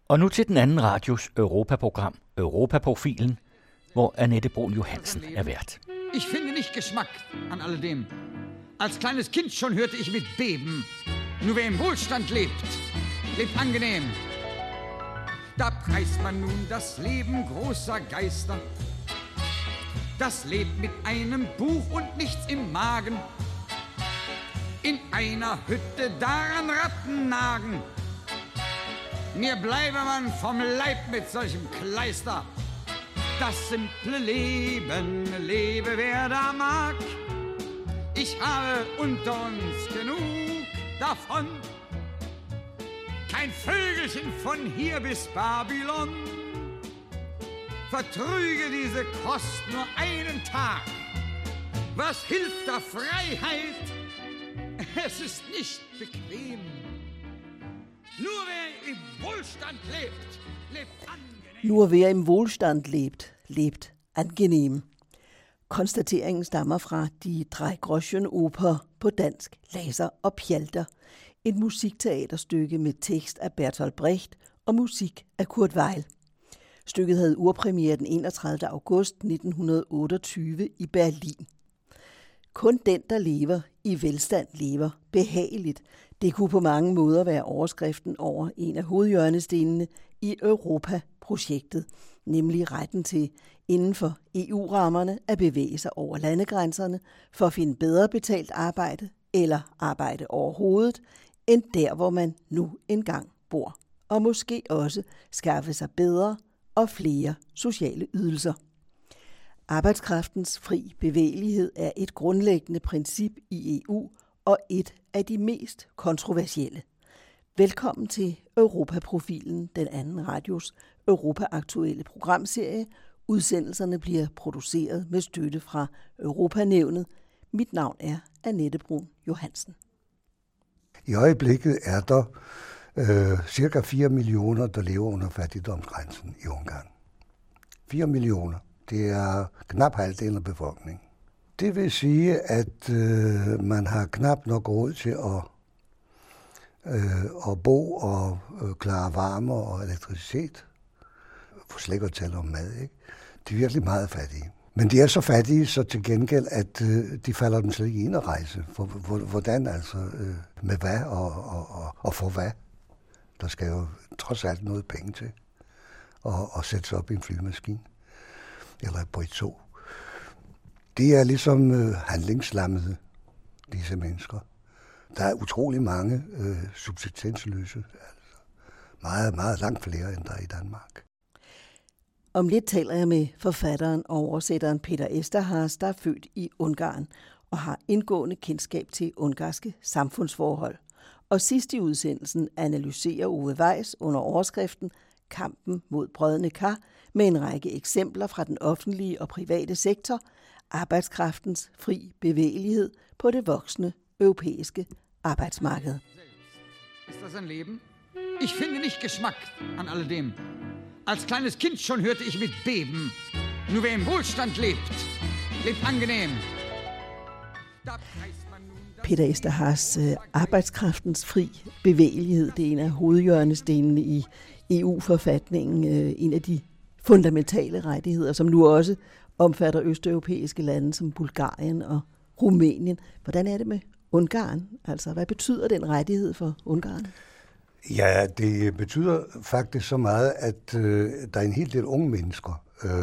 Og nu til den anden radios Europaprogram, Europaprofilen, hvor Annette Brun Johansen er vært. Ich finde nicht Geschmack an alledem. Als kleines Kind schon hörte ich mit Beben. Nur wer im Wohlstand lebt, lebt angenehm. Da preist man nun das Leben großer Geister. Das lebt mit einem Buch und nichts im Magen. In einer Hütte daran Ratten nagen. Mir bleibe man vom Leib mit solchem Kleister. Das simple Leben lebe wer da mag. Ich habe unter uns genug davon. Kein Vögelchen von hier bis Babylon vertrüge diese Kost nur einen Tag. Was hilft der Freiheit? Es ist nicht bequem. Nur wer im Wohlstand lebt, lebt angenehm. Nur wer im Wohlstand lebt angenehm. Konstateringen stammer fra De Drei Groschen Oper på dansk, Laser og Pjalter. Et musikteaterstykke med tekst af Bertolt Brecht og musik af Kurt Weill. Stykket havde urpremiere den 31. august 1928 i Berlin. Kun den, der lever i velstand, lever behageligt. Det kunne på mange måder være overskriften over en af hovedhjørnestenene i Europa-projektet, nemlig retten til inden for EU-rammerne at bevæge sig over landegrænserne for at finde bedre betalt arbejde eller arbejde overhovedet, end der, hvor man nu engang bor, og måske også skaffe sig bedre og flere sociale ydelser. Arbejdskraftens fri bevægelighed er et grundlæggende princip i EU og et af de mest kontroversielle. Velkommen til Europaprofilen, den anden radios Europa-aktuelle programserie. Udsendelserne bliver produceret med støtte fra Europanævnet. Mit navn er Annette Brun Johansen. I øjeblikket er der cirka 4 millioner, der lever under fattigdomsgrænsen i Ungarn. 4 millioner. Det er knap halvdelen af befolkningen. Det vil sige, at man har knap nok råd til at bo og klare varme og elektricitet. For slet ikke at tale om mad, ikke? De er virkelig meget fattige. Men de er så fattige, så til gengæld, at de falder dem slet ikke ind at rejse. Hvordan altså? Med hvad og for hvad? Der skal jo trods alt noget penge til at sætte sig op i en flymaskine eller på et tog. Det er ligesom handlingslammede, disse mennesker. Der er utrolig mange subsistensløse, altså meget, meget langt flere, end der er i Danmark. Om lidt taler jeg med forfatteren og oversætteren Peter Eszterhás, der er født i Ungarn og har indgående kendskab til ungarske samfundsforhold. Og sidst i udsendelsen analyserer Ove Weiss under overskriften Kampen mod brodne kar med en række eksempler fra den offentlige og private sektor, arbejdskraftens fri bevægelighed på det voksende europæiske arbejdsmarked. Ist das ein Leben? Ich finde nicht Geschmack an alledem. Als kleines Kind schon hörte ich mit Beben. Nur wer im Wohlstand lebt, lebt angenehm. Da preist man nun das Peter Eszterhás, arbejdskraftens fri bevægelighed, det er en af hovedhjørnestenene i EU-forfatningen, en af de fundamentale rettigheder, som nu også omfatter østeuropæiske lande som Bulgarien og Rumænien. Hvordan er det med Ungarn? Altså, hvad betyder den rettighed for Ungarn? Ja, det betyder faktisk så meget, at der er en hel del unge mennesker,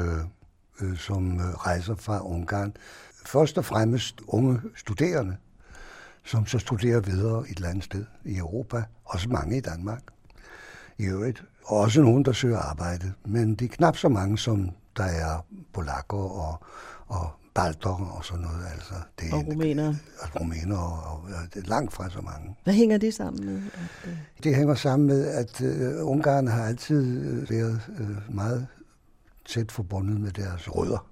som rejser fra Ungarn. Først og fremmest unge studerende, som så studerer videre et eller andet sted i Europa. Også mange i Danmark i øvrigt. Og også nogen, der søger arbejde. Men det er knap så mange, som der er polakker og balter og sådan noget. Altså, det er og rumænere. Og det er langt fra så mange. Hvad hænger det sammen med? Det hænger sammen med, at Ungarn har altid været meget tæt forbundet med deres rødder.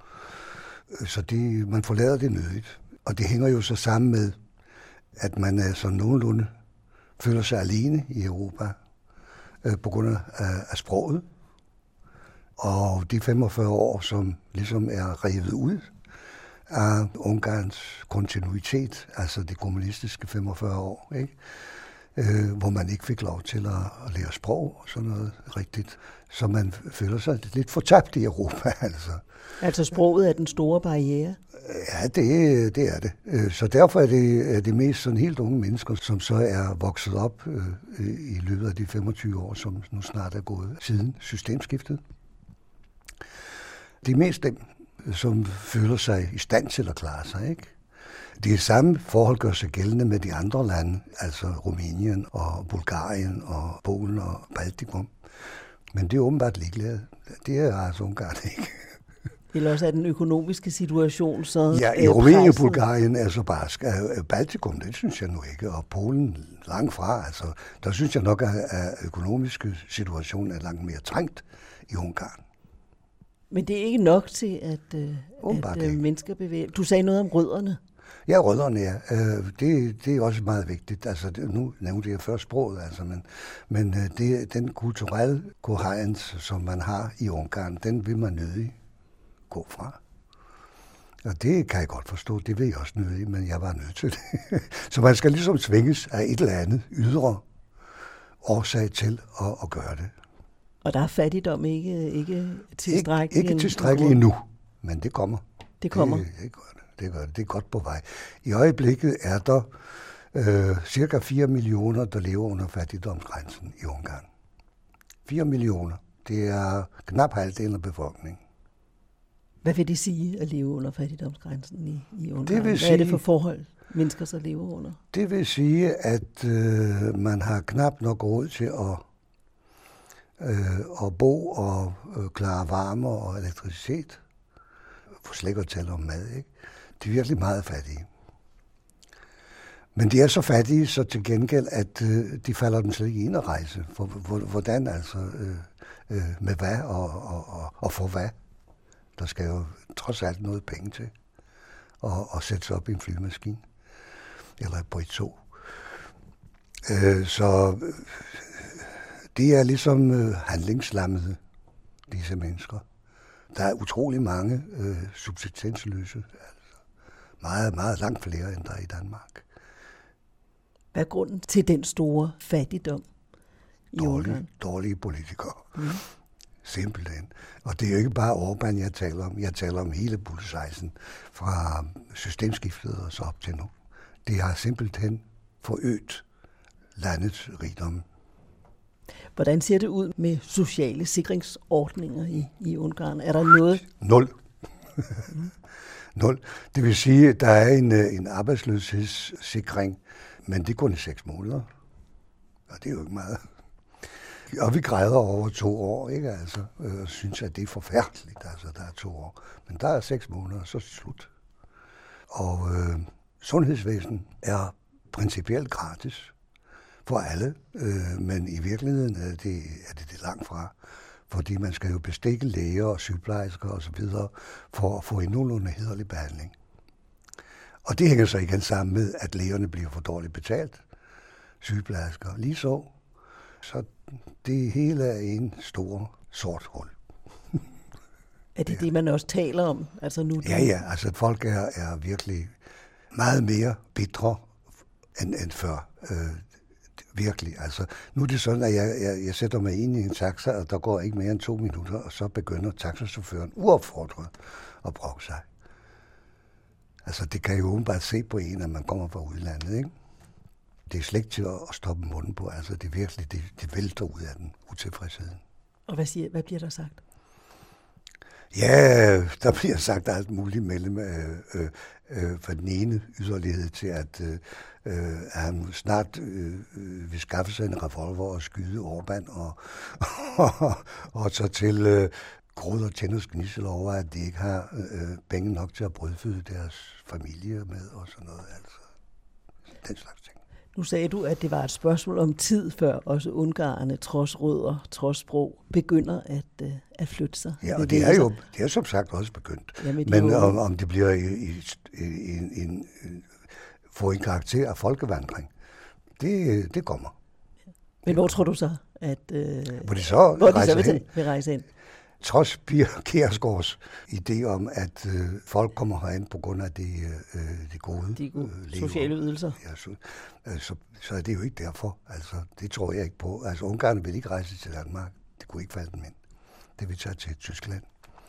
Så man forlader det nødigt. Og det hænger jo så sammen med, at man er så nogenlunde føler sig alene i Europa på grund af sproget. Og de 45 år, som ligesom er revet ud af Ungarns kontinuitet, altså det kommunistiske 45 år, ikke? hvor man ikke fik lov til at lære sprog og sådan noget rigtigt. Så man føler sig lidt fortabt i Europa, altså. Altså sproget er den store barriere? Ja, det er det. Så derfor er det mest sådan helt unge mennesker, som så er vokset op i løbet af de 25 år, som nu snart er gået siden systemskiftet. Det er mest dem, som føler sig i stand til at klare sig, ikke? Det samme forhold gør sig gældende med de andre lande, altså Rumænien og Bulgarien og Polen og Baltikum. Men det er åbenbart ligeglade. Det er altså Ungarn ikke. Eller også er den økonomiske situation så ja, i Rumænien og Bulgarien er så barsk. Baltikum, det synes jeg nu ikke, og Polen langt fra. Altså, der synes jeg nok, at økonomiske situation er langt mere trængt i Ungarn. Men det er ikke nok til, at mennesker bevæger. Du sagde noget om rødderne. Ja, rødderne, ja. Det er også meget vigtigt. Altså, nu nævnte jeg først sproget, altså, men den kulturelle kohærens, som man har i Ungarn, den vil man nødig gå fra. Og det kan jeg godt forstå, det vil jeg også nødig, men jeg var nødt til det. Så man skal ligesom svinges af et eller andet ydre årsag til at gøre det. Og der er fattigdom ikke tilstrækkeligt? Ikke tilstrækkeligt endnu, men det kommer. Det kommer? Det gør det. Det er godt på vej. I øjeblikket er der cirka 4 millioner, der lever under fattigdomsgrænsen i Ungarn. 4 millioner. Det er knap halvdelen af befolkningen. Hvad vil det sige at leve under fattigdomsgrænsen i Ungarn? Det vil sige, hvad er det for forhold, mennesker så lever under? Det vil sige, at man har knap nok råd til at bo og klare varme og elektricitet. For slet ikke at tale om mad, ikke? De er virkelig meget fattige. Men de er så fattige, så til gengæld, at de falder dem slet ikke ind at rejse. Hvordan altså? Med hvad og for hvad? Der skal jo trods alt noget penge til at sætte sig op i en flymaskine eller på et tog. Så det er ligesom handlingslammede, disse mennesker. Der er utrolig mange subsistensløse, altså meget, meget langt flere, end der er i Danmark. Hvad er grunden til den store fattigdom i Ungarn? Dårlige politikere. Mm. Simpelthen. Og det er jo ikke bare Orbán, jeg taler om. Jeg taler om hele bulsejsen fra systemskiftet og så op til nu. Det har simpelthen forøget landets rigdom. Hvordan ser det ud med sociale sikringsordninger i Ungarn? Er der noget? 0. 0. Det vil sige, at der er en arbejdsløshedssikring, men det er kun i 6 måneder. Og det er jo ikke meget. Og vi græder over 2 år, ikke? Altså, synes, at det er forfærdeligt, altså, der er 2 år. Men der er 6 måneder, så er det slut. Og sundhedsvæsen er principielt gratis for alle, men i virkeligheden er det langt fra. Fordi man skal jo bestikke læger og sygeplejersker og så videre for at få en nogenlunde hæderlig behandling. Og det hænger så igen sammen med, at lægerne bliver for dårligt betalt. Sygeplejersker lige så. Så det hele er en stor sort hul. Er det man også taler om? Altså nu? Ja, altså folk er virkelig meget mere bitre end før. Virkelig. Altså, nu er det sådan, at jeg sætter mig ind i en taxa, og der går ikke mere end 2 minutter, og så begynder taxachaufføren uopfordret at brokke sig. Altså, det kan jo åbenbart se på en, at man kommer fra udlandet, ikke? Det er slet ikke til at stoppe munden på. Altså, det er virkelig, det vælter ud af den utilfredsheden. Og hvad bliver der sagt? Ja, der bliver sagt alt muligt mellem fra den ene yderlighed til, at han snart vil skaffe sig en revolver og skyde Orbán, og så til gråd og tænders gnissel over, at de ikke har penge nok til at brødføde deres familie med og sådan noget. Altså, den slags ting. Nu sagde du, at det var et spørgsmål om tid, før også ungarerne, trods rødder, trods sprog, begynder at flytte sig. Ja, og det er som sagt også begyndt. Ja, men om det bliver får en karakter af folkevandring, det kommer. Men hvor tror du så, at hvor de så vil rejse ind? Trods Pia Kjærsgaards idé om, at folk kommer herind på grund af de gode sociale ydelser. Ja, så er det jo ikke derfor. Altså, det tror jeg ikke på. Altså, Ungarn vil ikke rejse til Danmark. Det kunne ikke falde dem ind. Det vil tage til Tyskland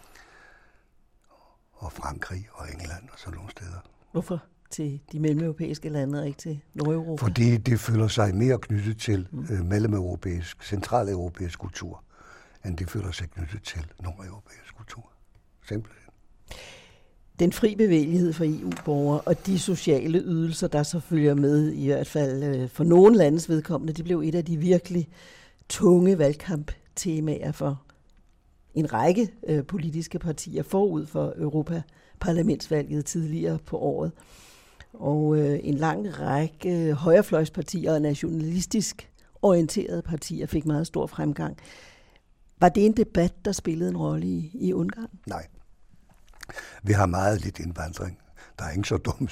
og Frankrig og England og sådan nogle steder. Hvorfor til de mellemeuropæiske lande og ikke til Nordeuropa? Fordi det føler sig mere knyttet til mellemeuropæisk, centraleuropæisk kultur, end det føler sig knyttet til nordeuropæisk kultur. Simpelthen. Den fri bevægelighed for EU-borgere og de sociale ydelser, der så følger med, i hvert fald for nogle landes vedkommende, det blev et af de virkelig tunge valgkamptemaer for en række politiske partier forud for Europaparlamentsvalget tidligere på året. Og en lang række højrefløjspartier og nationalistisk orienterede partier fik meget stor fremgang. Var det en debat, der spillede en rolle i Ungarn? Nej. Vi har meget lidt indvandring. Der er ingen så dumme,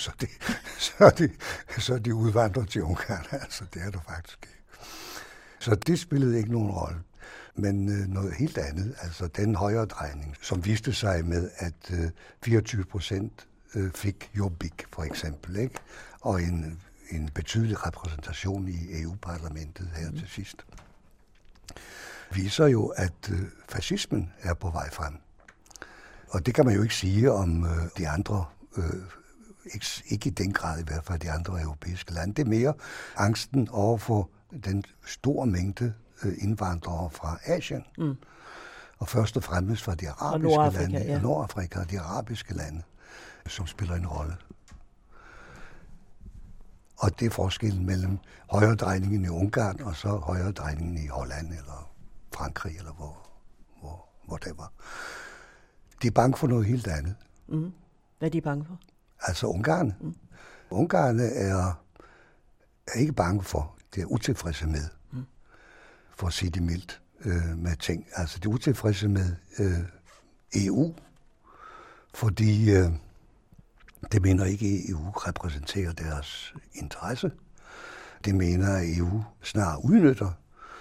så de udvandrer til Ungarn. Altså, det er der faktisk ikke. Så det spillede ikke nogen rolle. Men noget helt andet, altså den højredrejning, som viste sig med, at 24% fik Jobbik, for eksempel, ikke? Og en betydelig repræsentation i EU-parlamentet her til sidst, viser jo, at fascismen er på vej frem. Og det kan man jo ikke sige om de andre, ikke i den grad i hvert fald de andre europæiske lande. Det er mere angsten overfor den store mængde indvandrere fra Asien, og først og fremmest fra de arabiske lande, ja. Nordafrika og de arabiske lande, som spiller en rolle. Og det er forskellen mellem højredrejningen i Ungarn og så højredrejningen i Holland eller Frankrig eller hvor det var. De er bange for noget helt andet. Mm. Hvad er de bange for? Altså Ungarn. Ungarn er ikke bange for, det er utilfredse med, for at sige det mildt, med ting. Altså det er utilfredse med EU, fordi det mener ikke, at EU repræsenterer deres interesse. Det mener, at EU snarere udnytter.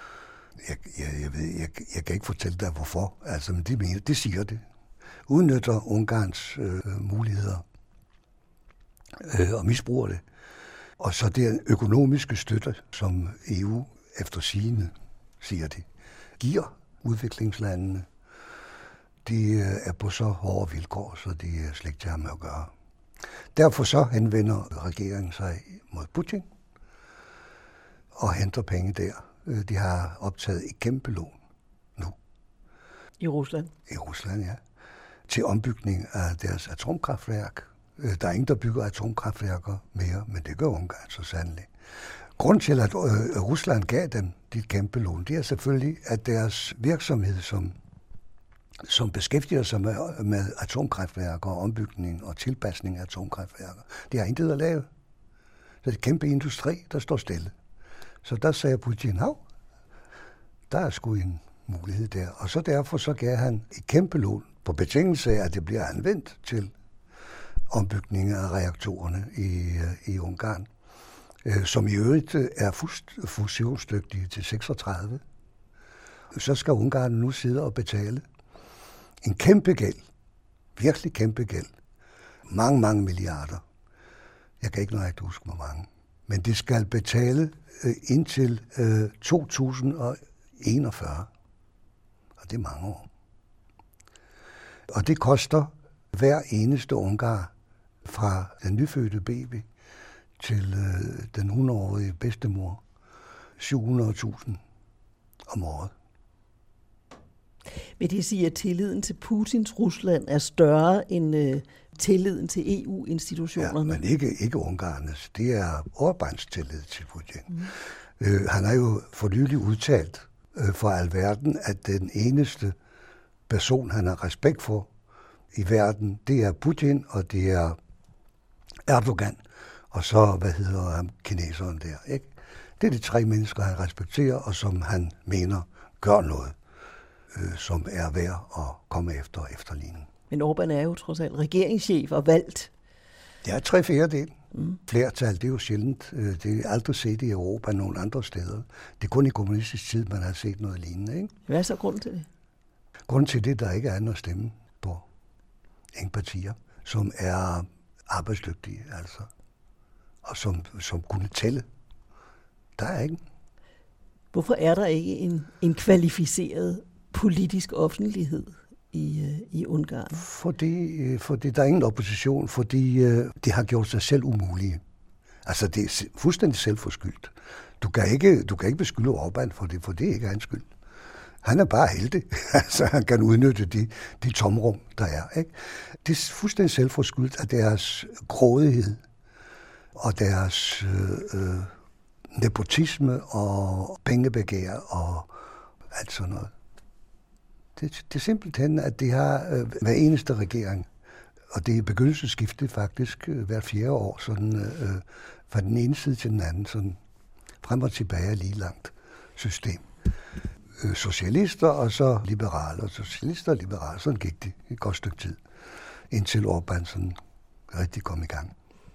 Jeg kan ikke fortælle dig, hvorfor. Altså, men det siger det. Udnytter Ungarns muligheder og misbruger det. Og så den økonomiske støtte, som EU efter sigende, siger de, giver udviklingslandene, de er på så hårde vilkår, så de er slet ikke til ham at gøre. Derfor så henvender regeringen sig mod Putin og henter penge der. De har optaget et kæmpe lån nu. I Rusland? I Rusland, ja. Til ombygning af deres atomkraftværk. Der er ingen, der bygger atomkraftværker mere, men det gør Ungarn så sandelig. Grunden til, at Rusland gav dem dit kæmpe lån, det er selvfølgelig, at deres virksomhed, som beskæftiger sig med atomkraftværker og ombygning og tilpasning af atomkraftværker, det har intet at lave. Så det er kæmpe industri, der står stille. Så der sagde Putin, der er sgu en mulighed der. Og så derfor så gav han et kæmpe lån på betingelse af, at det bliver anvendt til ombygning af reaktorerne i Ungarn, som i øvrigt er fusionsdygtige til 36. Så skal Ungarn nu sidde og betale en kæmpe gæld, virkelig kæmpe gæld, mange milliarder. Jeg kan ikke nøjagtigt huske, hvor mange. Men de skal betale indtil 2041. Og det er mange år. Og det koster hver eneste ungar, fra den nyfødte baby til den 100-årige bedstemor, 700.000 om året. Vil det sige, at tilliden til Putins Rusland er større end tilliden til EU-institutionerne? Ja, men ikke ungarernes. Det er Orbáns tillid til Putin. Han har jo for nylig udtalt for alverden, at den eneste person, han har respekt for i verden, det er Putin, og det er Erdogan, og så, kineseren der, ikke? Det er de tre mennesker, han respekterer, og som han mener gør noget, som er værd at komme efter ligningen. Men Orbán er jo trods alt regeringschef og valgt. Det er 3/4. Flertal, det er jo sjældent. Det er aldrig set i Europa nogen andre steder. Det er kun i kommunistisk tid, man har set noget lignende, ikke? Hvad er så grunden til det? Grunden til det, der ikke er andet at stemme på ingen partier, som er arbejdsdygtige, altså, og som kunne tælle. Der er ikke. Hvorfor er der ikke en kvalificeret politisk offentlighed i Ungarn? Fordi der er ingen opposition, fordi de har gjort sig selv umulige. Altså, det er fuldstændig selvforskyldt. Du kan ikke beskylde Orbán for det er ikke hans skyld. Han er bare heldig. Altså, han kan udnytte de tomrum, der er. Ikke? Det er fuldstændig selvforskyldt af deres grådighed og deres nepotisme og pengebegær og alt sådan noget. Det er simpelthen, at det har hver eneste regering, og det er begyndelsesskiftet faktisk hvert 4 år, sådan fra den ene side til den anden, sådan frem og tilbage lige langt system. Socialister og så liberale, socialister og liberale, sådan gik det et godt stykke tid, indtil Orbán sådan rigtig kom i gang.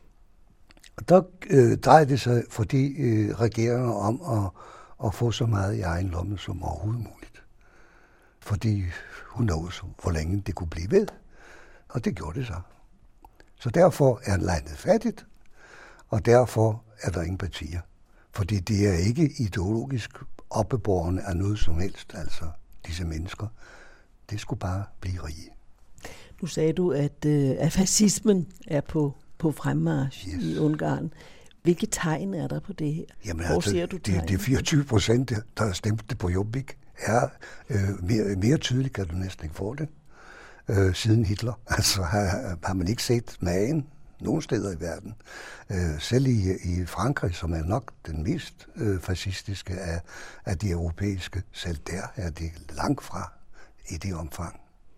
Og der drejede det sig for de regeringer om at få så meget i egen lomme som overhovedet muligt. Fordi hun nåede, hvor længe det kunne blive ved. Og det gjorde det så. Så derfor er landet fattigt, og derfor er der ingen partier. Fordi det er ikke ideologisk oppebårende af noget som helst, altså disse mennesker. Det skulle bare blive rige. Nu sagde du, at fascismen er på fremmarch i Ungarn. Hvilke tegn er der på det her? Jamen, hvor ser du tegn? Det 24%, der stemte på Jobbik, er mere tydeligt, kan du næsten ikke få det, siden Hitler. Altså har man ikke set magen nogen steder i verden. Selv i Frankrig, som er nok den mest fascistiske af de europæiske, selv der er det langt fra i det omfang.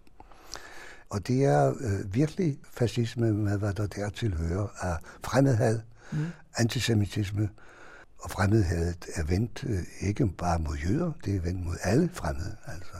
Og det er virkelig fascisme med, hvad der dertil hører af fremmedhad, antisemitisme, og fremmedhadet er vendt ikke bare mod jøder, det er vendt mod alle fremmede, altså.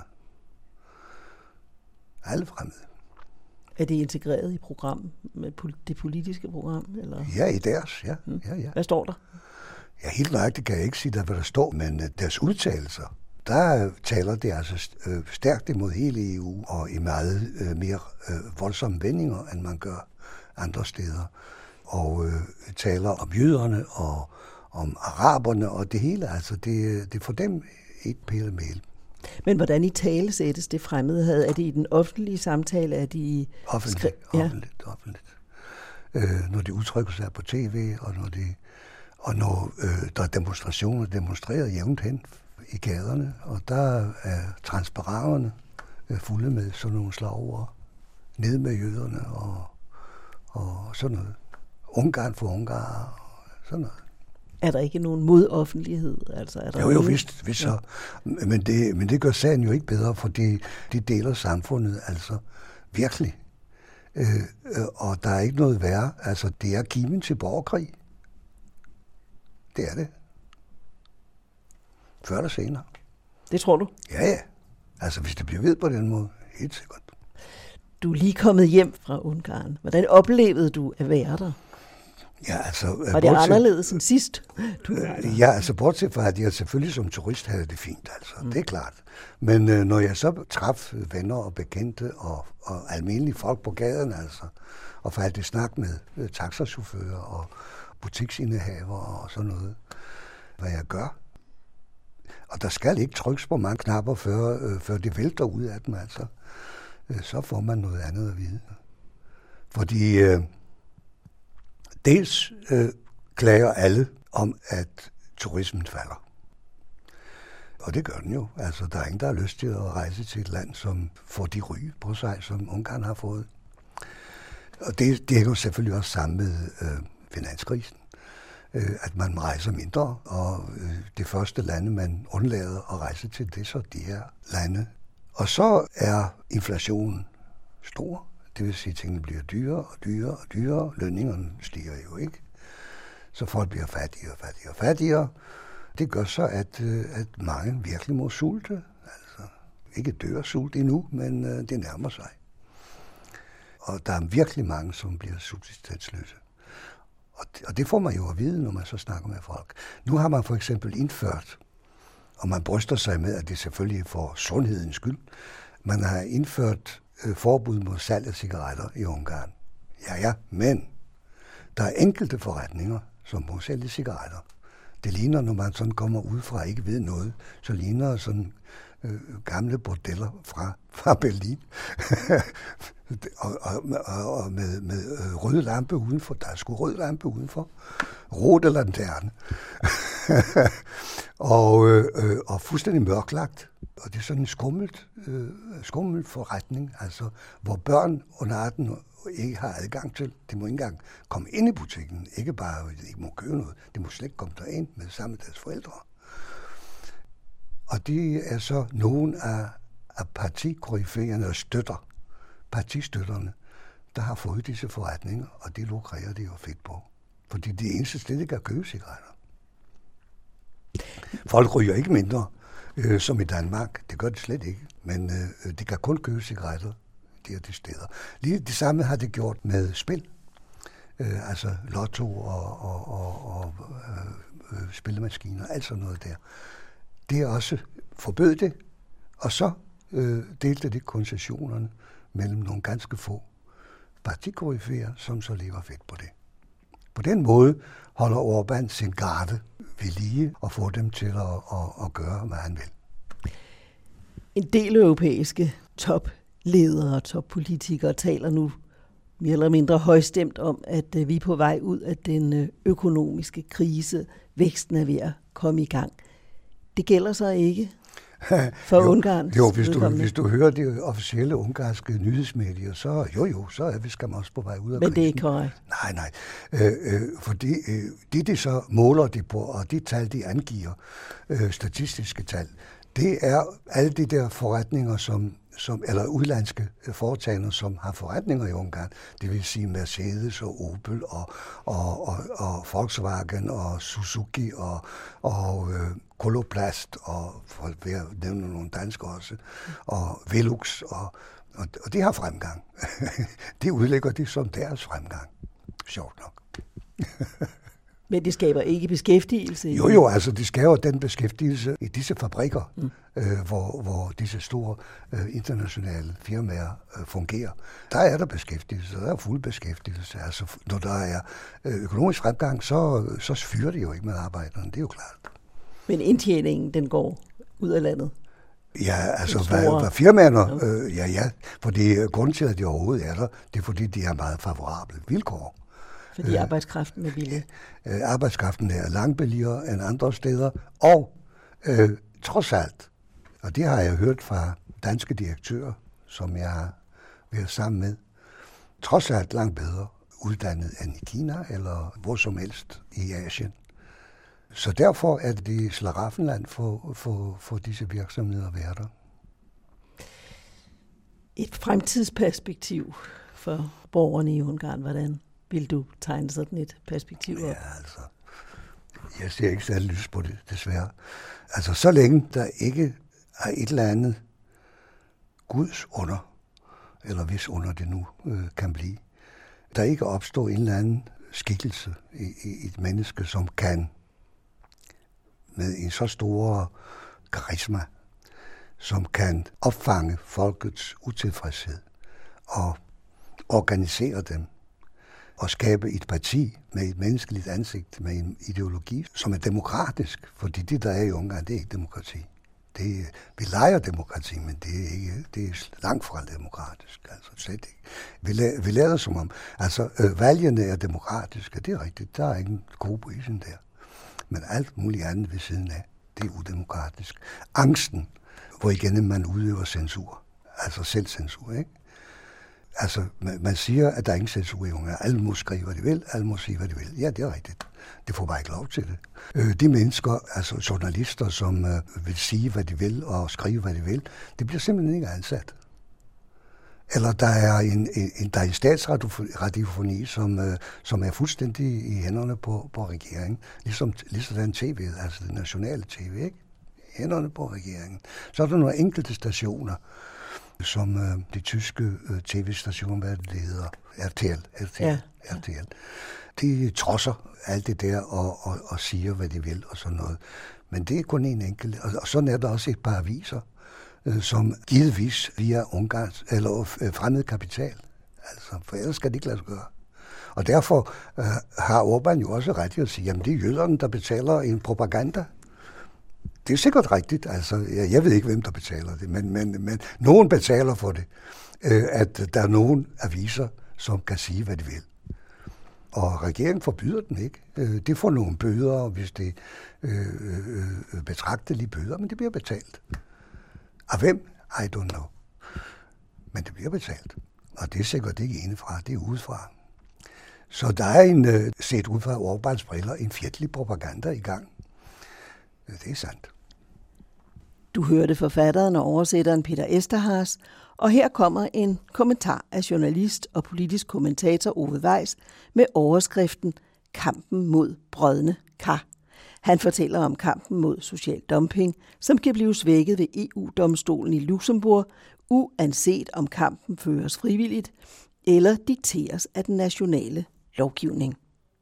Alle fremmede. Er det integreret i programmet, med det politiske program? Eller? Ja, i deres, ja. Ja. Hvad står der? Ja, helt nøjagtigt kan jeg ikke sige, hvad der står, men deres udtalelser, der taler det altså stærkt imod hele EU, og i meget mere voldsomme vendinger, end man gør andre steder. Og taler om jøderne og om araberne og det hele. Altså det er for dem ikke pæle mel. Men hvordan i tale sættes det fremmedhad? Er det i den offentlige samtale? Er det offentligt. Når de udtrykker sig på tv, og når der er demonstrationer, demonstrerer jævnt hen i gaderne, og der er transparenterne fulde med sådan nogle slagord. Ned med jøderne og sådan noget. Ungarn for Ungarn og sådan noget. Er der ikke nogen modoffentlighed? Altså, er der jo, vist så. Men det gør sagen jo ikke bedre, fordi de deler samfundet altså virkelig. Og der er ikke noget værre. Altså, det er kimen til borgerkrig. Det er det. Før eller senere. Det tror du? Ja. Altså, hvis det bliver ved på den måde, helt sikkert. Du er lige kommet hjem fra Ungarn. Hvordan oplevede du at være der? Ja, altså, var det anderledes end sidst? Ja, altså bortset fra, at jeg selvfølgelig som turist havde det fint, altså. Det er klart. Men når jeg så traf venner og bekendte og almindelige folk på gaden, altså, og faldt i snak med taxachauffører og butiksindehaver og sådan noget, hvad jeg gør. Og der skal ikke trykkes på mange knapper, før det vælter ud af dem, altså. Så får man noget andet at vide. Fordi dels klager alle om, at turismen falder. Og det gør den jo. Altså, der er ingen, der har lyst til at rejse til et land, som får de ry på sig, som Ungarn har fået. Og det hænger selvfølgelig også sammen med finanskrisen. At man rejser mindre, og det første lande, man undlader at rejse til, det er så de her lande. Og så er inflationen stor. Det vil sige, at tingene bliver dyrere og dyrere og dyrere. Lønningerne stiger jo ikke. Så folk bliver fattigere og fattigere og fattigere. Det gør så, at mange virkelig må sulte. Altså, ikke dør sult endnu, men det nærmer sig. Og der er virkelig mange, som bliver subsistensløse. Og det får man jo at vide, når man så snakker med folk. Nu har man for eksempel indført, og man bryster sig med, at det selvfølgelig er for sundhedens skyld, Man har indført forbud mod salg af cigaretter i Ungarn. Ja, men der er enkelte forretninger, som må sælge cigaretter. Det ligner, når man sådan kommer udefra og ikke ved noget, så ligner sådan gamle bordeller fra Berlin. og med rød lampe udenfor. Der er sgu rød lampe udenfor. Rote lanterne. og fuldstændig mørklagt. Og det er sådan en skummel forretning, altså, hvor børn under 18 år ikke har adgang til. De må ikke engang komme ind i butikken. Ikke bare, de ikke må købe noget. De må slet ikke komme derind med sammen med deres forældre. Og de er så nogle af partikoryfæerne og partistøtterne, der har fået disse forretninger, og det lukrerer de jo fedt på. Fordi de eneste sted, der kan købe cigaretter. Folk ryger ikke mindre, som i Danmark. Det gør de slet ikke. Men de kan kun købe cigaretter de steder. Lige det samme har det gjort med spil. Altså lotto og spillemaskiner, alt sådan noget der. Det er også forbød det, og så delte det koncessionerne mellem nogle ganske få partikoryfæer, som så lever fedt på det. På den måde holder Orbán sin garde ved lige og får dem til at gøre, hvad han vil. En del europæiske topledere og toppolitikere taler nu mere eller mindre højstemt om, at vi er på vej ud af den økonomiske krise. Væksten er ved at komme i gang. Det gælder så ikke for Ungarn. Jo, hvis du hører de officielle ungarske nyhedsmedier, så er vi skam også på vej ud af krisen. Men det er ikke korrekt. Nej. Fordi de så måler de på, og de tal, de angiver, statistiske tal, det er alle de der forretninger, eller udlandske foretagender, som har forretninger i Ungarn. Det vil sige Mercedes og Opel og Volkswagen og Suzuki og Coloplast og for at nævne nogle danske også, og Velux, og de har fremgang. Det udlægger de som deres fremgang. Sjovt nok. Men det skaber ikke beskæftigelse? Jo, altså det skaber den beskæftigelse i disse fabrikker, hvor disse store internationale firmaer fungerer. Der er der beskæftigelse, der er fuld beskæftigelse. Altså når der er økonomisk fremgang, så fyrer de jo ikke med arbejderne, det er jo klart. Men indtjeningen, den går ud af landet? Ja, altså hvad firmaerne, ja, fordi grunden til, at de overhovedet er der, det er fordi, de har meget favorable vilkår. Fordi arbejdskraften er billig. Arbejdskraften er langt billigere end andre steder, og trods alt, og det har jeg hørt fra danske direktører, som jeg har været sammen med, trods alt langt bedre uddannet end i Kina eller hvor som helst i Asien. Så derfor er det slaraffenland for disse virksomheder at være der. Et fremtidsperspektiv for borgerne i Ungarn, hvordan vil du tegne sådan et perspektiv op? Ja, altså, jeg ser ikke særlig lys på det, desværre. Altså, så længe der ikke er et eller andet Guds under, eller hvis under det nu kan blive, der ikke opstår en eller anden skikkelse i et menneske, som kan med en så stor karisma, som kan opfange folkets utilfredshed og organisere dem og skabe et parti med et menneskeligt ansigt, med en ideologi, som er demokratisk. Fordi det, der er i Ungarn, det er ikke demokrati. Vi leger demokrati, men det er langt fra demokratisk. Altså slet ikke. Vi lader som om, altså valgene er demokratiske, det er rigtigt. Der er ingen korruption der. Men alt muligt andet ved siden af, det er udemokratisk. Angsten, hvor igennem man udøver censur. Altså selvcensur, ikke? Altså, man siger, at der er ingen censur i Ungarn. Alle må skrive, hvad de vil. Alle må sige, hvad de vil. Ja, det er rigtigt. Det får bare ikke lov til det. De mennesker, altså journalister, som vil sige, hvad de vil og skrive, hvad de vil, det bliver simpelthen ikke ansat. Eller der er en statsradiofoni, som er fuldstændig i hænderne på regeringen. Ligesom den tv, altså det nationale tv, ikke? I hænderne på regeringen. Så er der nogle enkelte stationer, som de tyske tv-stationer, hvad det hedder, RTL. De trodser alt det der og siger, hvad de vil og sådan noget. Men det er kun en enkelt. Og sådan er der også et par aviser, som givetvis via Ungarns eller fremmed kapital. Altså, for ellers skal det ikke lade sig gøre. Og derfor har Orbán jo også ret i at sige, jamen det er jøderne, der betaler en propaganda. Det er sikkert rigtigt, altså jeg ved ikke, hvem der betaler det, men nogen betaler for det, at der er nogen aviser, som kan sige, hvad de vil. Og regeringen forbyder den ikke. Det får nogle bøder, hvis det betragtelige bøder, men det bliver betalt. Af hvem? I don't know. Men det bliver betalt. Og det er sikkert ikke indefra, det er udefra. Så der er set ud fra Orbáns briller, en fjendtlig propaganda i gang. Det er sandt. Du hørte forfatteren og oversætteren Peter Eszterhás, og her kommer en kommentar af journalist og politisk kommentator Ove Weiss med overskriften Kampen mod brodne kar. Han fortæller om kampen mod social dumping, som kan blive svækket ved EU-domstolen i Luxembourg, uanset om kampen føres frivilligt eller dikteres af den nationale lovgivning.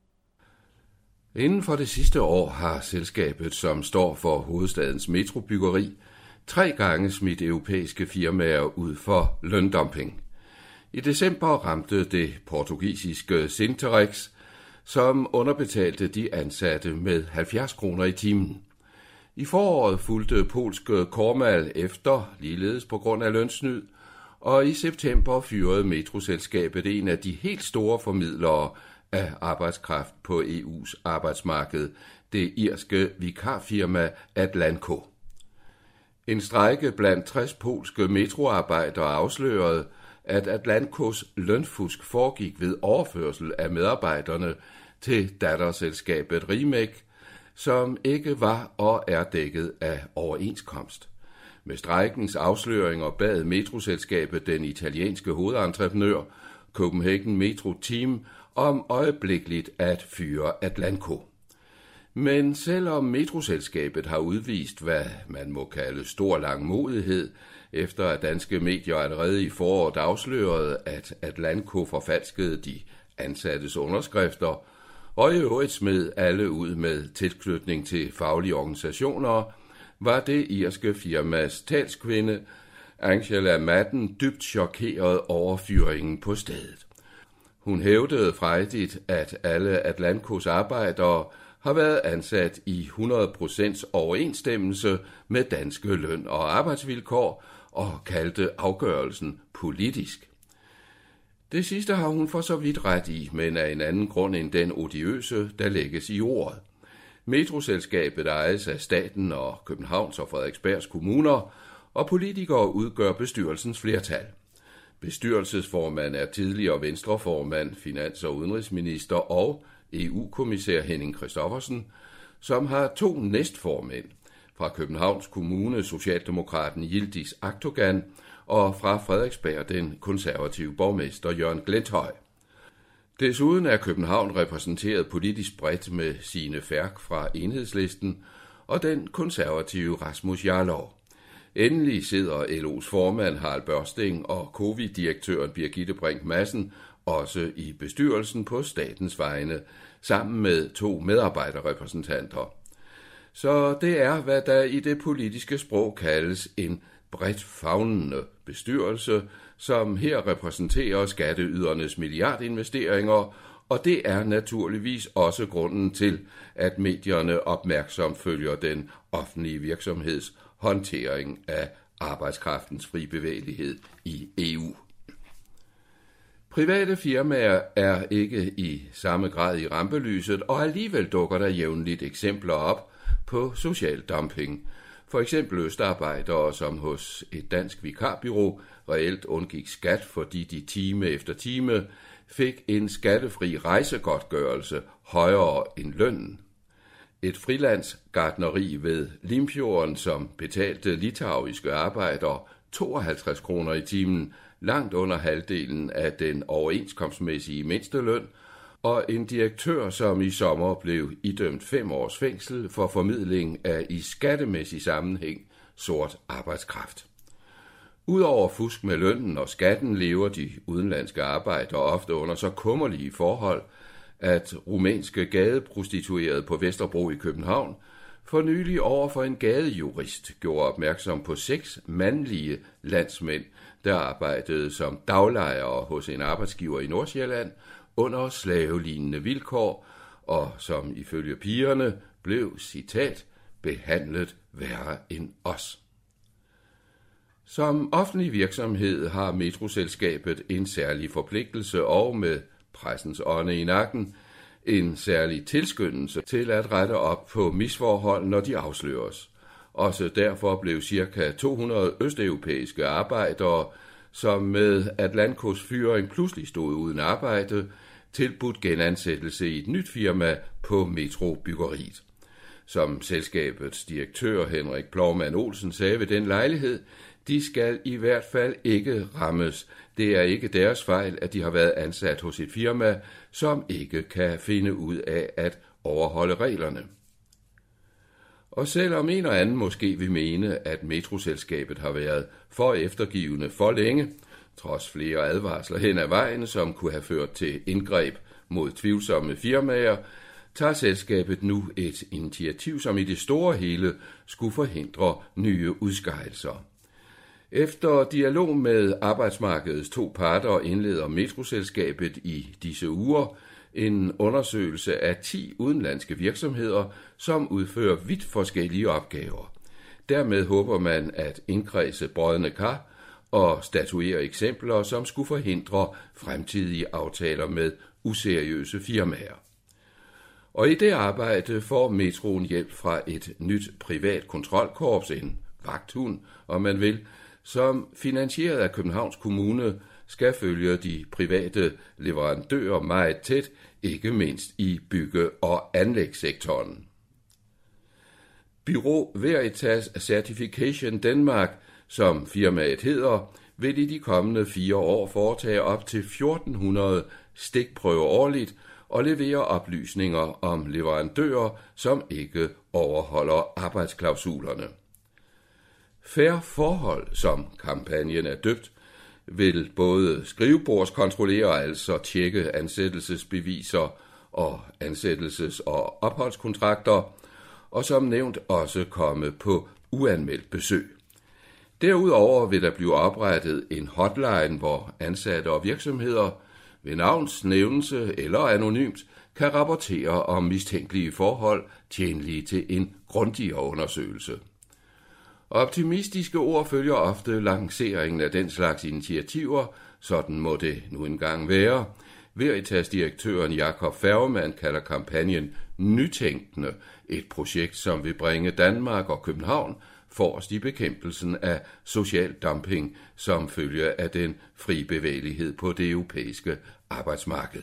Inden for det sidste år har selskabet, som står for hovedstadens metrobyggeri, 3 gange smidt europæiske firmaer ud for løndumping. I december ramte det portugisiske Sinterex, som underbetalte de ansatte med 70 kroner i timen. I foråret fulgte polske Kormal efter, ligeledes på grund af lønsnyd, og i september fyrede metroselskabet en af de helt store formidlere af arbejdskraft på EU's arbejdsmarked, det irske vikarfirma Atlanco. En strejke blandt 60 polske metroarbejdere afslørede, at Atlancos lønfusk foregik ved overførsel af medarbejderne til datterselskabet Rimek, som ikke var og er dækket af overenskomst. Med strejkens afsløringer bad metroselskabet den italienske hovedentreprenør Copenhagen Metro Team om øjeblikkeligt at fyre Atlanco. Men selvom metroselskabet har udvist, hvad man må kalde stor langmodighed, efter at danske medier allerede i foråret afslørede, at Atlanco forfalskede de ansattes underskrifter, og i øvrigt smed alle ud med tilknytning til faglige organisationer, var det irske firmas talskvinde Angela Madden dybt chokeret over fyringen på stedet. Hun hævdede frejdigt, at alle Atlancos arbejdere har været ansat i 100% overensstemmelse med danske løn- og arbejdsvilkår og kaldte afgørelsen politisk. Det sidste har hun for så vidt ret i, men af en anden grund end den odiøse, der lægges i ordet. Metroselskabet ejes af staten og Københavns og Frederiksbergs kommuner, og politikere udgør bestyrelsens flertal. Bestyrelsesformand er tidligere venstreformand, finans- og udenrigsminister og EU-kommissær Henning Christoffersen, som har 2 næstformænd, fra Københavns Kommune socialdemokraten Yildiz Akdogan og fra Frederiksberg den konservative borgmester Jørgen Glenthøj. Desuden er København repræsenteret politisk bredt med Signe Ferk fra Enhedslisten og den konservative Rasmus Jarlov. Endelig sidder LO's formand Harald Børsting og COVID-direktøren Birgitte Brink Madsen også i bestyrelsen på statens vegne, sammen med 2 medarbejderrepræsentanter. Så det er, hvad der i det politiske sprog kaldes en bredt favnende bestyrelse, som her repræsenterer skatteydernes milliardinvesteringer, og det er naturligvis også grunden til, at medierne opmærksomt følger den offentlige virksomheds håndtering af arbejdskraftens fri bevægelighed i EU. Private firmaer er ikke i samme grad i rampelyset, og alligevel dukker der jævnligt eksempler op på social dumping. For eksempel østarbejdere, som hos et dansk vikarbyrå reelt undgik skat, fordi de time efter time fik en skattefri rejsegodtgørelse højere end lønnen. Et frilandsgartneri ved Limfjorden, som betalte litauiske arbejdere 52 kroner i timen, langt under halvdelen af den overenskomstmæssige mindsteløn, og en direktør, som i sommer blev idømt 5 års fængsel for formidling af i skattemæssig sammenhæng sort arbejdskraft. Udover fusk med lønnen og skatten lever de udenlandske arbejdere ofte under så kummerlige forhold, at rumænske gadeprostituerede på Vesterbro i København for nylig over for en gadejurist gjorde opmærksom på 6 mandlige landsmænd, der arbejdede som daglejere hos en arbejdsgiver i Nordsjælland under slavelignende vilkår, og som ifølge pigerne blev, citat, behandlet værre end os. Som offentlig virksomhed har Metroselskabet en særlig forpligtelse og med pressens ånde i nakken en særlig tilskyndelse til at rette op på misforhold, når de afsløres. Også derfor blev ca. 200 østeuropæiske arbejdere, som med Atlanticos fyring pludselig stod uden arbejde, tilbudt genansættelse i et nyt firma på Metrobyggeriet. Som selskabets direktør Henrik Plovman Olsen sagde ved den lejlighed, de skal i hvert fald ikke rammes. Det er ikke deres fejl, at de har været ansat hos et firma, som ikke kan finde ud af at overholde reglerne. Og selvom en og anden måske vil mene, at Metroselskabet har været for eftergivende for længe, trods flere advarsler hen ad vejen, som kunne have ført til indgreb mod tvivlsomme firmaer, tager selskabet nu et initiativ, som i det store hele skulle forhindre nye udskejelser. Efter dialog med arbejdsmarkedets 2 parter indleder Metroselskabet i disse uger en undersøgelse af 10 udenlandske virksomheder, som udfører vidt forskellige opgaver. Dermed håber man at indkredse brodne kar og statuere eksempler, som skulle forhindre fremtidige aftaler med useriøse firmaer. Og i det arbejde får Metroen hjælp fra et nyt privat kontrolkorps, en vagthund, om man vil, som finansieret af Københavns Kommune skal følge de private leverandører meget tæt, ikke mindst i bygge- og anlægssektoren. Bureau Veritas Certification Denmark, som firmaet hedder, vil i de kommende 4 år foretage op til 1400 stikprøver årligt og levere oplysninger om leverandører, som ikke overholder arbejdsklausulerne. Fair forhold, som kampagnen er døbt, vil både skrivebordskontrollere, altså tjekke ansættelsesbeviser og ansættelses- og opholdskontrakter, og som nævnt også komme på uanmeldt besøg. Derudover vil der blive oprettet en hotline, hvor ansatte og virksomheder ved navns nævnelse eller anonymt kan rapportere om mistænkelige forhold tjenlige til en grundigere undersøgelse. Optimistiske ord følger ofte lanceringen af den slags initiativer, sådan må det nu engang være. Veritas-direktøren Jakob Færgemann kalder kampagnen nytænkende, et projekt, som vil bringe Danmark og København forrest i bekæmpelsen af social dumping, som følge af den fri bevægelighed på det europæiske arbejdsmarked.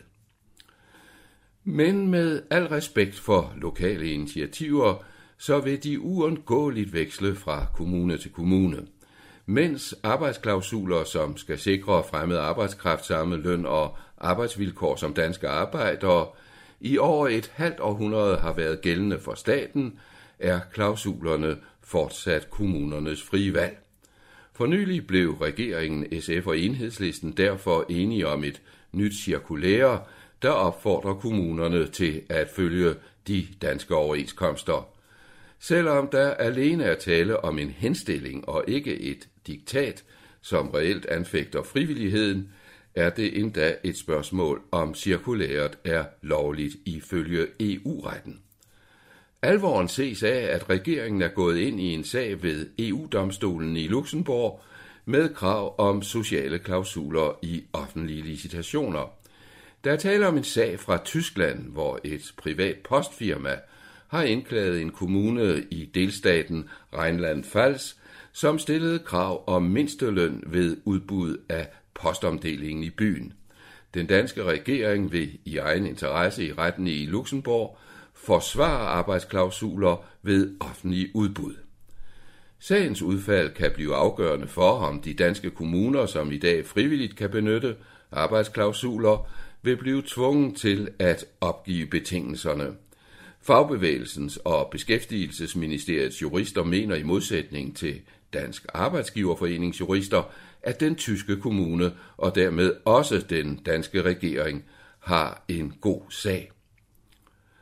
Men med al respekt for lokale initiativer, så vil de uundgåeligt veksle fra kommune til kommune. Mens arbejdsklausuler, som skal sikre fremmed arbejdskraft samme løn og arbejdsvilkår som danske arbejdere, i over et halvt århundrede har været gældende for staten, er klausulerne fortsat kommunernes frie valg. For nylig blev regeringen, SF og Enhedslisten derfor enige om et nyt cirkulære, der opfordrer kommunerne til at følge de danske overenskomster. Selvom der alene er tale om en henstilling og ikke et diktat, som reelt anfægter frivilligheden, er det endda et spørgsmål, om cirkulæret er lovligt ifølge EU-retten. Alvoren ses af, at regeringen er gået ind i en sag ved EU-domstolen i Luxembourg med krav om sociale klausuler i offentlige licitationer. Der er tale om en sag fra Tyskland, hvor et privat postfirma har indklaget en kommune i delstaten Rheinland-Pfalz, som stillede krav om mindsteløn ved udbud af postomdelingen i byen. Den danske regering vil i egen interesse i retten i Luxembourg forsvare arbejdsklausuler ved offentlige udbud. Sagens udfald kan blive afgørende for, om de danske kommuner, som i dag frivilligt kan benytte arbejdsklausuler, vil blive tvunget til at opgive betingelserne. Fagbevægelsens og Beskæftigelsesministeriets jurister mener i modsætning til Dansk Arbejdsgiverforenings jurister, at den tyske kommune og dermed også den danske regering har en god sag.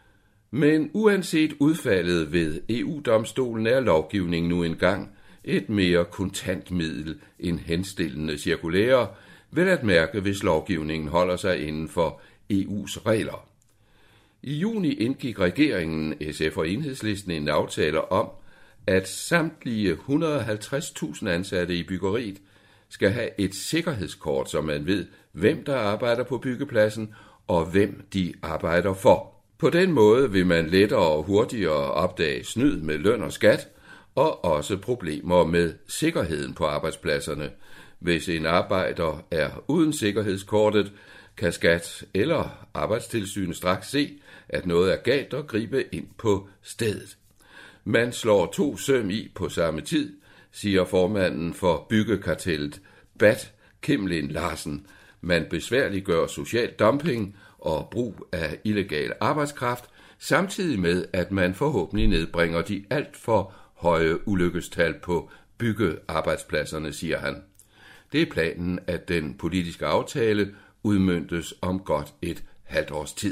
Men uanset udfaldet ved EU-domstolen er lovgivningen nu engang et mere kontant middel end henstillende cirkulærer, vel at mærke, hvis lovgivningen holder sig inden for EU's regler. I juni indgik regeringen, SF og Enhedslisten en aftale om, at samtlige 150.000 ansatte i byggeriet skal have et sikkerhedskort, så man ved, hvem der arbejder på byggepladsen og hvem de arbejder for. På den måde vil man lettere og hurtigere opdage snyd med løn og skat, og også problemer med sikkerheden på arbejdspladserne. Hvis en arbejder er uden sikkerhedskortet, kan skat eller arbejdstilsynet straks se, at noget er galt og gribe ind på stedet. Man slår 2 søm i på samme tid, siger formanden for byggekartellet BAT, Kim Lind Larsen. Man besværliggør social dumping og brug af illegal arbejdskraft, samtidig med, at man forhåbentlig nedbringer de alt for høje ulykkestal på byggearbejdspladserne, siger han. Det er planen, at den politiske aftale udmøntes om godt et halvt års tid.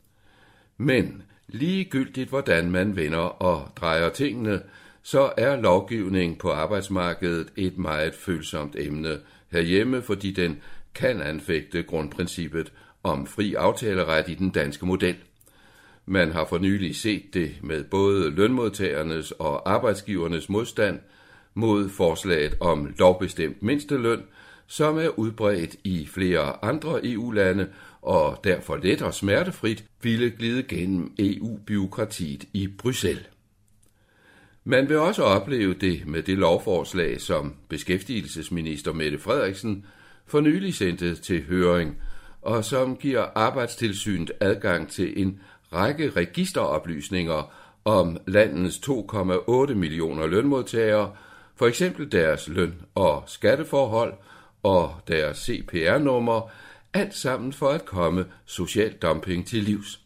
Men ligegyldigt hvordan man vender og drejer tingene, så er lovgivning på arbejdsmarkedet et meget følsomt emne herhjemme, fordi den kan anfægte grundprincippet om fri aftaleret i den danske model. Man har for nylig set det med både lønmodtagernes og arbejdsgivernes modstand mod forslaget om lovbestemt mindsteløn, som er udbredt i flere andre EU-lande og derfor let og smertefrit ville glide gennem EU-bureaukratiet i Bruxelles. Man vil også opleve det med det lovforslag, som beskæftigelsesminister Mette Frederiksen for nylig sendte til høring, og som giver Arbejdstilsynet adgang til en række registeroplysninger om landets 2,8 millioner lønmodtagere, for eksempel deres løn- og skatteforhold og deres CPR-nummer, alt sammen for at komme social dumping til livs.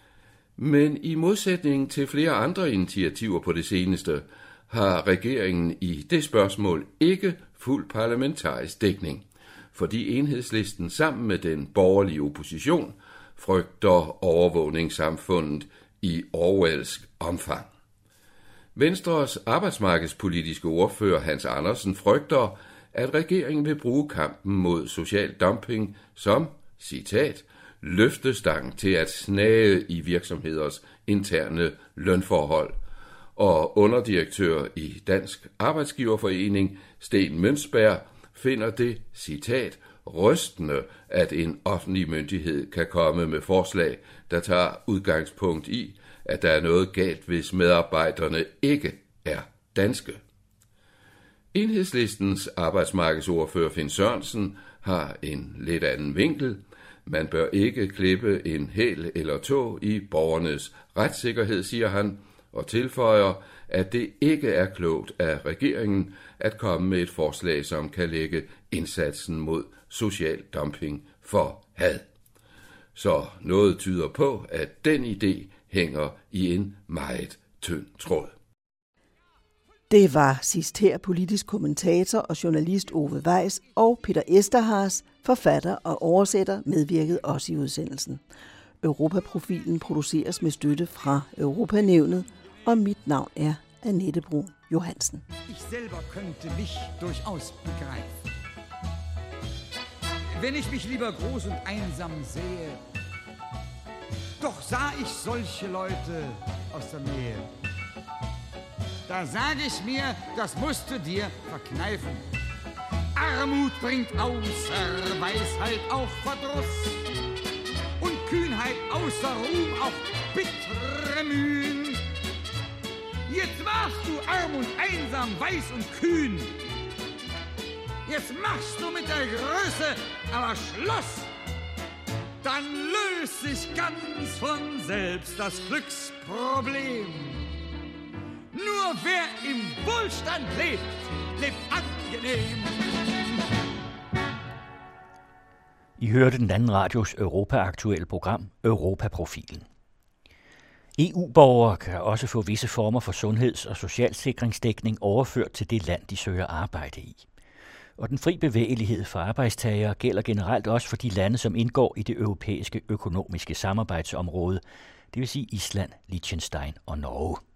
Men i modsætning til flere andre initiativer på det seneste, har regeringen i det spørgsmål ikke fuld parlamentarisk dækning, fordi Enhedslisten sammen med den borgerlige opposition frygter overvågningssamfundet i Orwellsk omfang. Venstres arbejdsmarkedspolitiske ordfører Hans Andersen frygter, at regeringen vil bruge kampen mod social dumping som, citat, løftestang til at snage i virksomheders interne lønforhold. Og underdirektør i Dansk Arbejdsgiverforening, Sten Mønsberg, finder det, citat, rystende, at en offentlig myndighed kan komme med forslag, der tager udgangspunkt i, at der er noget galt, hvis medarbejderne ikke er danske. Enhedslistens arbejdsmarkedsordfører Finn Sørensen har en lidt anden vinkel. Man bør ikke klippe en hæl eller tå i borgernes retssikkerhed, siger han, og tilføjer, at det ikke er klogt af regeringen at komme med et forslag, som kan lægge indsatsen mod social dumping for had. Så noget tyder på, at den idé hænger i en meget tynd tråd. Det var sidst her politisk kommentator og journalist Ove Weiss og Peter Esterhaas, forfatter og oversætter, medvirkede også i udsendelsen. Europaprofilen produceres med støtte fra Europanævnet, og mit navn er Annette Brun Johansen. Ich selber könnte mich durchaus begreifen. Wenn ich mich lieber groß und einsam sehe, doch sah ich solche Leute aus der Nähe. Da sag ich mir, das musst du dir verkneifen. Armut bringt außer Weisheit auch Verdruss und Kühnheit außer Ruhm auch bittere Mühen. Jetzt warst du arm und einsam, weiß und kühn. Jetzt machst du mit der Größe aber Schluss. Dann löst sich ganz von selbst das Glücksproblem. Nur wer im Wohlstand lebt, lebt angenehm. I hørte den anden radios Europa-aktuelle program Europaprofilen. EU-borgere kan også få visse former for sundheds- og socialsikringsdækning overført til det land, de søger arbejde i. Og den fri bevægelighed for arbejdstagere gælder generelt også for de lande, som indgår i det europæiske økonomiske samarbejdsområde, det vil sige Island, Liechtenstein og Norge.